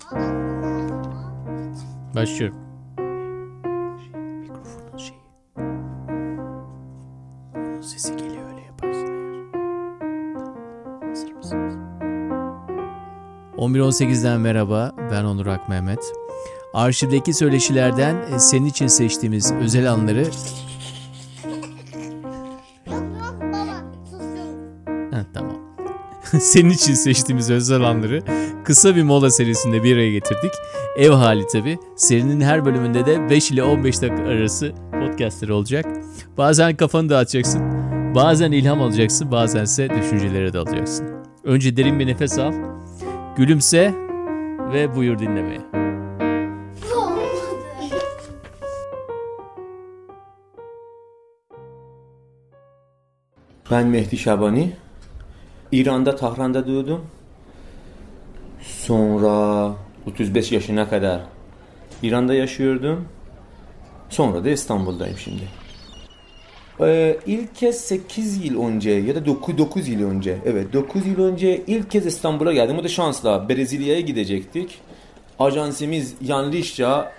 Başlıyorum. Mikrofonun şeyi. Onun sesi geliyor, öyle yaparsın eğer. Tamam. Hazır mısınız? 11.18'den merhaba. Ben Onur Akmehmet. Arşivdeki söyleşilerden senin için seçtiğimiz özel anları... Tamam. Senin için seçtiğimiz özel anları kısa bir mola serisinde bir araya getirdik. Ev hali tabii. Serinin her bölümünde de 5 ile 15 dakika arası podcastleri olacak. Bazen kafanı dağıtacaksın, bazen ilham alacaksın, bazense düşüncelere dalacaksın. Önce derin bir nefes al, gülümse ve buyur dinlemeye. Ben Mehdi Şabani. İran'da, Tahran'da doğdum. Sonra 35 yaşına kadar İran'da yaşıyordum. Sonra da İstanbul'dayım şimdi. İlk kez 8 yıl önce ya da 9 yıl önce, evet 9 yıl önce ilk kez İstanbul'a geldim. O da şansla Brezilya'ya gidecektik. Ajansımız yanlışça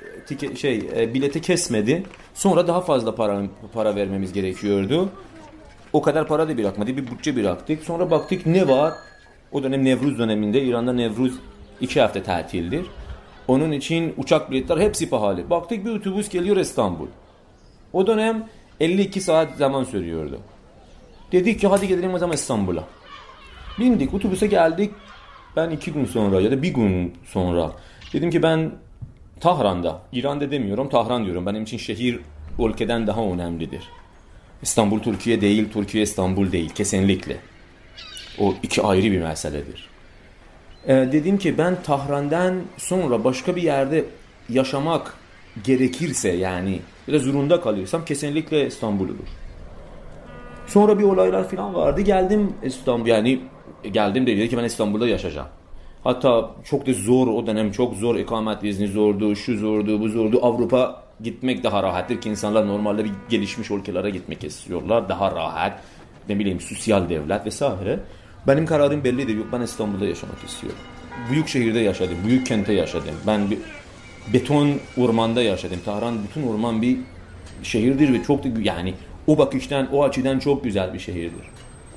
bileti kesmedi. Sonra daha fazla para vermemiz gerekiyordu. O kadar para da bırakmadı. Bir bütçe bıraktık. Sonra baktık ne var? O dönem Nevruz döneminde. İran'da Nevruz 2 hafta tatildir. Onun için uçak biletler hepsi pahalı. Baktık bir otobüs geliyor İstanbul. O dönem 52 saat zaman sürüyordu. Dedik ki hadi gidelim o zaman İstanbul'a. Bindik otobüse geldik. Ben 2 gün sonra ya da 1 gün sonra dedim ki ben Tahran'da, İran'da demiyorum, Tahran diyorum. Benim için şehir ülkeden daha önemlidir. İstanbul Türkiye değil, Türkiye İstanbul değil. Kesinlikle. O iki ayrı bir meseledir. Dedim ki ben Tahran'dan sonra başka bir yerde yaşamak gerekirse yani biraz zorunda kalıyorsam kesinlikle İstanbul olur. Sonra bir olaylar falan vardı. Geldim İstanbul, yani geldim dedi ki ben İstanbul'da yaşayacağım. Hatta çok da zor, o dönem çok zor, ikamet izni zordu, şu zordu, bu zordu. Avrupa gitmek daha rahattır ki insanlar normalde bir gelişmiş ülkelere gitmek istiyorlar. Daha rahat, ne bileyim sosyal devlet vesaire. Benim kararım belli değil. Yok, ben İstanbul'da yaşamak istiyorum. Büyük şehirde yaşadım, büyük kente yaşadım. Ben bir beton ormanda yaşadım. Tahran bütün orman bir şehirdir ve çok da yani o bakıştan, o açıdan çok güzel bir şehirdir.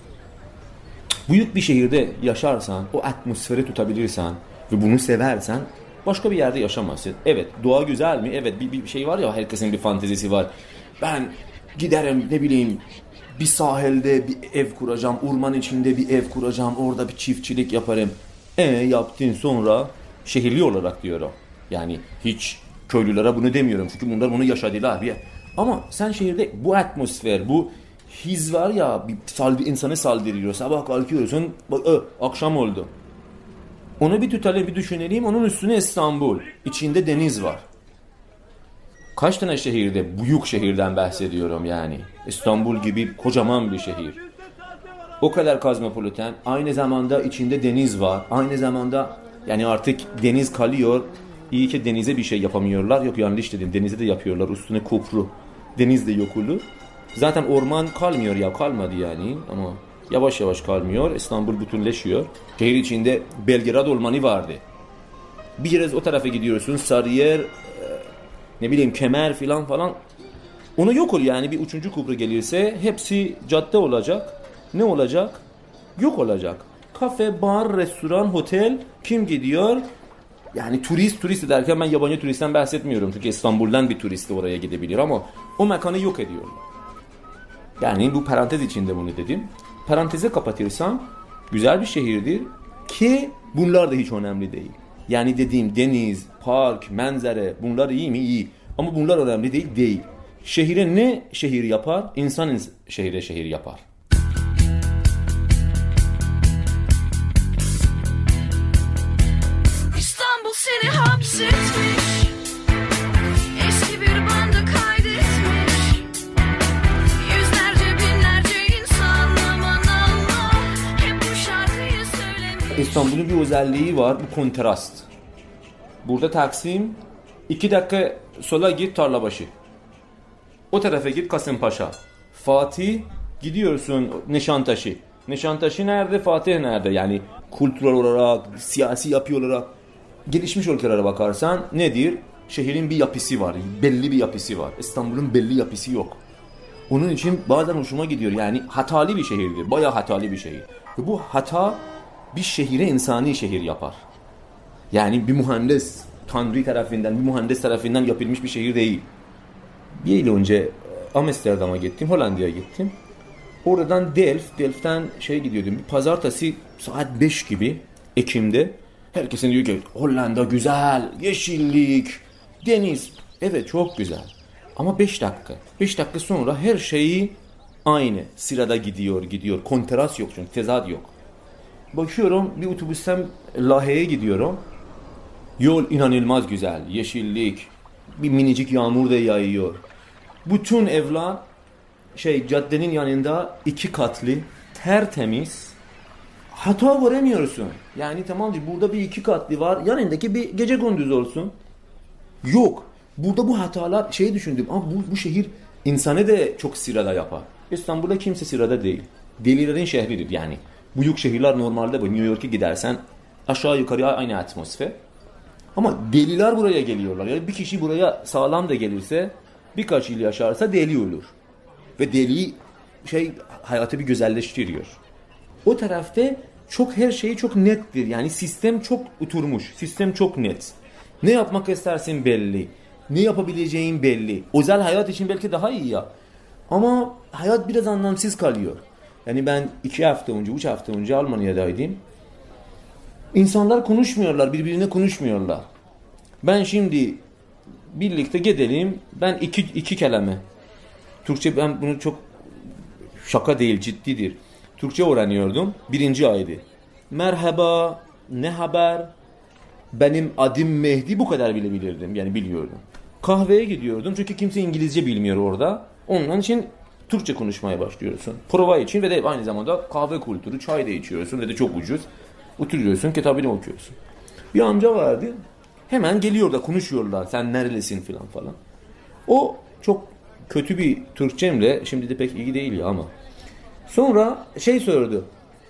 Büyük bir şehirde yaşarsan, o atmosferi tutabilirsen ve bunu seversen başka bir yerde yaşamazsın. Evet, doğa güzel mi? Evet, bir şey var ya, herkesin bir fantezisi var. Ben giderim, ne bileyim, bir sahilde bir ev kuracağım, orman içinde bir ev kuracağım, orada bir çiftçilik yaparım. Yaptın sonra şehirli olarak diyorum. Yani hiç köylülere bunu demiyorum çünkü bunlar bunu yaşadılar. Ama sen şehirde bu atmosfer, bu his var ya, bir insanı saldırıyor. Sabah kalkıyorsun, akşam oldu. Onu bir tutalım, bir düşünelim. Onun üstüne İstanbul. İçinde deniz var. Kaç tane şehirde, büyük şehirden bahsediyorum yani. İstanbul gibi kocaman bir şehir. O kadar kozmopolitan. Aynı zamanda içinde deniz var. Aynı zamanda yani artık deniz kalıyor. İyi ki denize bir şey yapamıyorlar. Yok, yanlış dedim. Denize de yapıyorlar. Üstüne köprü. Deniz de yok olur. Zaten orman kalmıyor ya. Kalmadı yani. Ama yavaş yavaş kalmıyor. İstanbul bütünleşiyor. Şehir içinde Belgrad ormanı vardı. Biraz o tarafa gidiyorsun. Sarıyer, ne bileyim Kemer falan. Onu yok ol yani, bir 3. köprü gelirse hepsi cadde olacak. Ne olacak? Yok olacak. Kafe, bar, restoran, otel, kim gidiyor? Yani turist derken ben yabancı turistten bahsetmiyorum. Çünkü İstanbul'dan bir turist de oraya gidebilir ama o mekanı yok ediyorlar. Yani bu parantez içinde bunu dedim. Parantezi kapatırsam güzel bir şehirdir ki bunlar da hiç önemli değil. Yani dediğim deniz, park, manzara, bunlar iyi mi? İyi. Ama bunlar önemli değil. Şehire ne şehir yapar? İnsan şehire şehir yapar. İstanbul seni hapsetmiş, eski bir banda kaydetmiş. Yüzlerce binlerce insan aman Allah hep bu şarkıyı söylemiş. İstanbul'un bir özelliği var, bu kontrast. Burada Taksim, 2 dakika sola git Tarlabaşı. O tarafa git Kasımpaşa. Fatih, gidiyorsun Nişantaşı. Nişantaşı nerede, Fatih nerede? Yani kültürel olarak, siyasi yapı olarak gelişmiş ülkelere bakarsan nedir? Şehrin bir yapısı var, belli bir yapısı var. İstanbul'un belli yapısı yok. Onun için bazen hoşuma gidiyor. Yani hatalı bir şehirdir, bayağı hatalı bir şehir. Ve bu hata bir şehri insani şehir yapar. Yani bir mühendis, Tanrı tarafından, bir mühendis tarafından yapılmış bir şehir değil. Bir yıl önce Amsterdam'a gittim, Hollanda'ya gittim. Oradan Delft'ten gidiyordum. Bir pazartesi saat 5 gibi, Ekim'de. Herkesin diyor ki Hollanda güzel, yeşillik, deniz. Evet çok güzel. Ama 5 dakika. 5 dakika sonra her şeyi aynı sırada gidiyor. Kontrast yok çünkü, tezat yok. Bakıyorum bir otobüsten Lahey'e gidiyorum. Yol inanılmaz güzel, yeşillik, bir minicik yağmur da yağıyor. Bütün evler caddenin yanında 2 katlı, tertemiz. Hata göremiyorsun. Yani tamamdır, burada bir 2 katlı var, yanındaki bir gece gündüz olsun. Yok. Burada bu hatalar düşündüm. Ama bu şehir insanı da çok sırada yapar. İstanbul'da kimse sırada değil. Delilerin şehridir yani. Büyük şehirler normalde bu. New York'a gidersen aşağı yukarı aynı atmosfer. Ama deliler buraya geliyorlar. Yani bir kişi buraya sağlam da gelirse, birkaç yıl yaşarsa deli olur. Ve deli hayatı bir güzelleştiriyor. O tarafta her şey çok nettir. Yani sistem çok oturmuş. Sistem çok net. Ne yapmak istersin belli. Ne yapabileceğin belli. Özel hayat için belki daha iyi ya. Ama hayat biraz anlamsız kalıyor. Yani ben 3 hafta önce Almanya'daydım. İnsanlar konuşmuyorlar, birbirine konuşmuyorlar. Ben şimdi birlikte gidelim, ben iki kelime. Türkçe, ben bunu çok şaka değil, ciddidir. Türkçe öğreniyordum, 1. aydı. Merhaba, ne haber? Benim adım Mehdi, bu kadar bile bilirdim, yani biliyordum. Kahveye gidiyordum çünkü kimse İngilizce bilmiyor orada. Onun için Türkçe konuşmaya başlıyorsun. Prova için ve de aynı zamanda kahve kültürü, çay da içiyorsun ve de çok ucuz. Oturuyorsun, kitabını okuyorsun. Bir amca vardı, hemen geliyor da konuşuyorlar, sen nerelisin falan. O çok kötü bir Türkçemle, şimdi de pek iyi değil ya ama. Sonra sordu.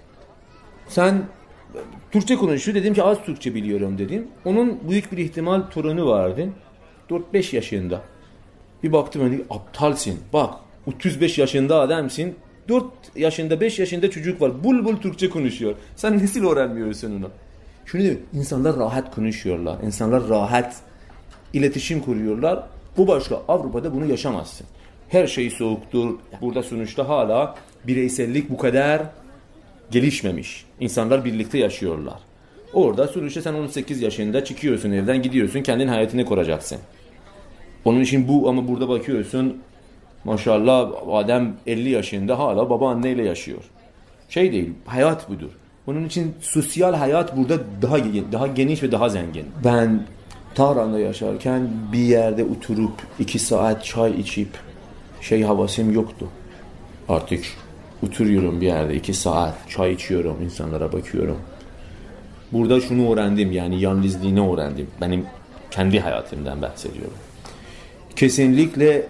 Sen Türkçe konuşuyor, dedim ki az Türkçe biliyorum dedim. Onun büyük bir ihtimal torunu vardı. 4-5 yaşında. Bir baktım, hani aptalsın. Bak 35 yaşında adamsın. 4 yaşında 5 yaşında çocuk var. Bul Türkçe konuşuyor. Sen nasıl öğrenmiyorsun onu? Şunu diyorum. İnsanlar rahat konuşuyorlar. İnsanlar rahat iletişim kuruyorlar. Bu başka. Avrupa'da bunu yaşamazsın. Her şey soğuktur. Burada sonuçta hala bireysellik bu kadar gelişmemiş. İnsanlar birlikte yaşıyorlar. Orada sonuçta sen 18 yaşında çıkıyorsun evden, gidiyorsun, kendin hayatını kuracaksın. Onun için bu, ama burada bakıyorsun maşallah adam 50 yaşında hala babaanneyle yaşıyor. Değil, hayat budur. Onun için sosyal hayat burada daha geniş ve daha zengin. Ben Tahran'da yaşarken bir yerde oturup 2 saat çay içip havasım yoktu. Artık oturuyorum bir yerde 2 saat çay içiyorum, insanlara bakıyorum. Burada şunu öğrendim, yani yalnızlığını öğrendim. Benim kendi hayatımdan bahsediyorum. Kesinlikle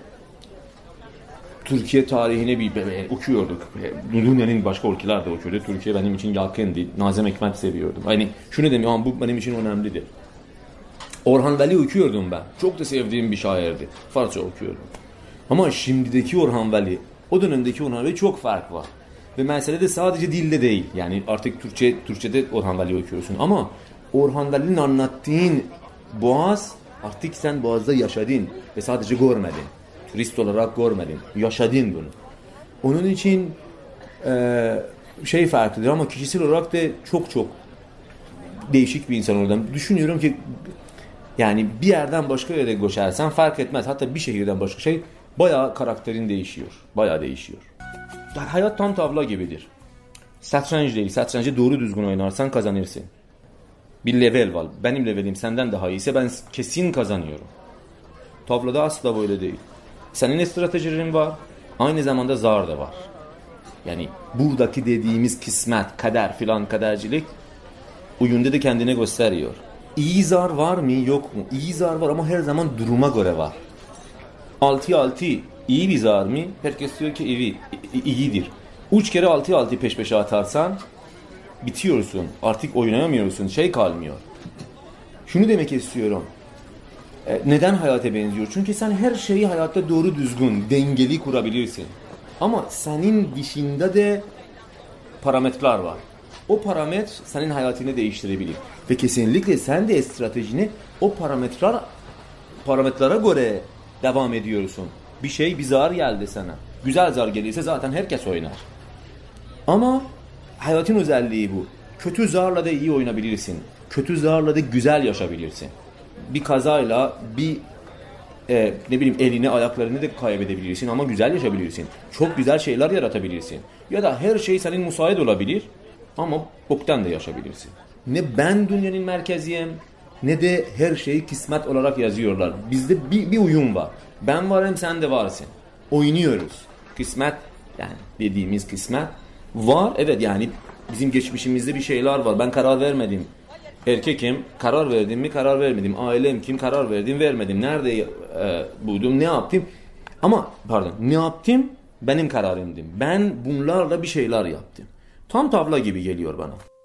Türkiye tarihine bir okuyorduk. Dünyanın başka ülkelerde okuyordu. Türkiye benim için yakındı. Nazım Hikmet seviyordum. Yani şunu demiyorum, bu benim için önemlidir. Orhan Veli okuyordum ben. Çok da sevdiğim bir şairdi. Farsça okuyordum. Ama şimdideki Orhan Veli, o dönemdeki Orhan Veli çok fark var. Ve mesele de sadece dilde değil. Yani artık Türkçe'de Orhan Veli okuyorsun. Ama Orhan Veli'nin anlattığın Boğaz, artık sen Boğaz'da yaşadın ve sadece görmedin. Turist olarak görmedin. Yaşadın bunu. Onun için farklıdır ama kişisel olarak da çok değişik bir insan oradan. Düşünüyorum ki yani bir yerden başka yere göçersen fark etmez. Hatta bir şehirden başka bayağı karakterin değişiyor. Bayağı değişiyor. Hayat tam tavla gibidir. Satranç değil. Satrancı doğru düzgün oynarsan kazanırsın. Bir level var. Benim levelim senden daha iyiyse ben kesin kazanıyorum. Tavlada asla böyle değil. Senin stratejilerin var. Aynı zamanda zar da var. Yani buradaki dediğimiz kısmet, kader filan, kadercilik oyunda da kendine gösteriyor. İyi zar var mı yok mu? İyi zar var ama her zaman duruma göre var. 6-6 iyi bir zar mı? Herkes diyor ki iyidir. 3 kere 6-6 peş peşe atarsan bitiyorsun. Artık oynayamıyorsun. Kalmıyor. Şunu demek istiyorum. Neden hayata benziyor? Çünkü sen her şeyi hayatta doğru düzgün, dengeli kurabilirsin. Ama senin dışında da parametreler var. O parametre senin hayatını değiştirebilir. Ve kesinlikle sen de stratejini o parametrelere göre devam ediyorsun. Bir zar geldi sana. Güzel zar gelirse zaten herkes oynar. Ama hayatın özelliği bu. Kötü zarla da iyi oynayabilirsin. Kötü zarla da güzel yaşayabilirsin. Bir kazayla elini ayaklarını da kaybedebilirsin ama güzel yaşayabilirsin. Çok güzel şeyler yaratabilirsin. Ya da her şey senin müsait olabilir ama boktan da yaşayabilirsin. Ne ben dünyanın merkeziyim ne de her şeyi kısmet olarak yazıyorlar. Bizde bir uyum var. Ben varım, sen de varsın. Oynuyoruz. Kısmet, yani dediğimiz kısmet var. Evet, yani bizim geçmişimizde bir şeyler var. Ben karar vermedim. Erkekim, karar verdim mi, karar vermedim. Ailem kim, karar verdim, vermedim. Nerede buldum, ne yaptım? Ne yaptım? Benim kararımdı. Ben bunlarla bir şeyler yaptım. Tam tavla gibi geliyor bana.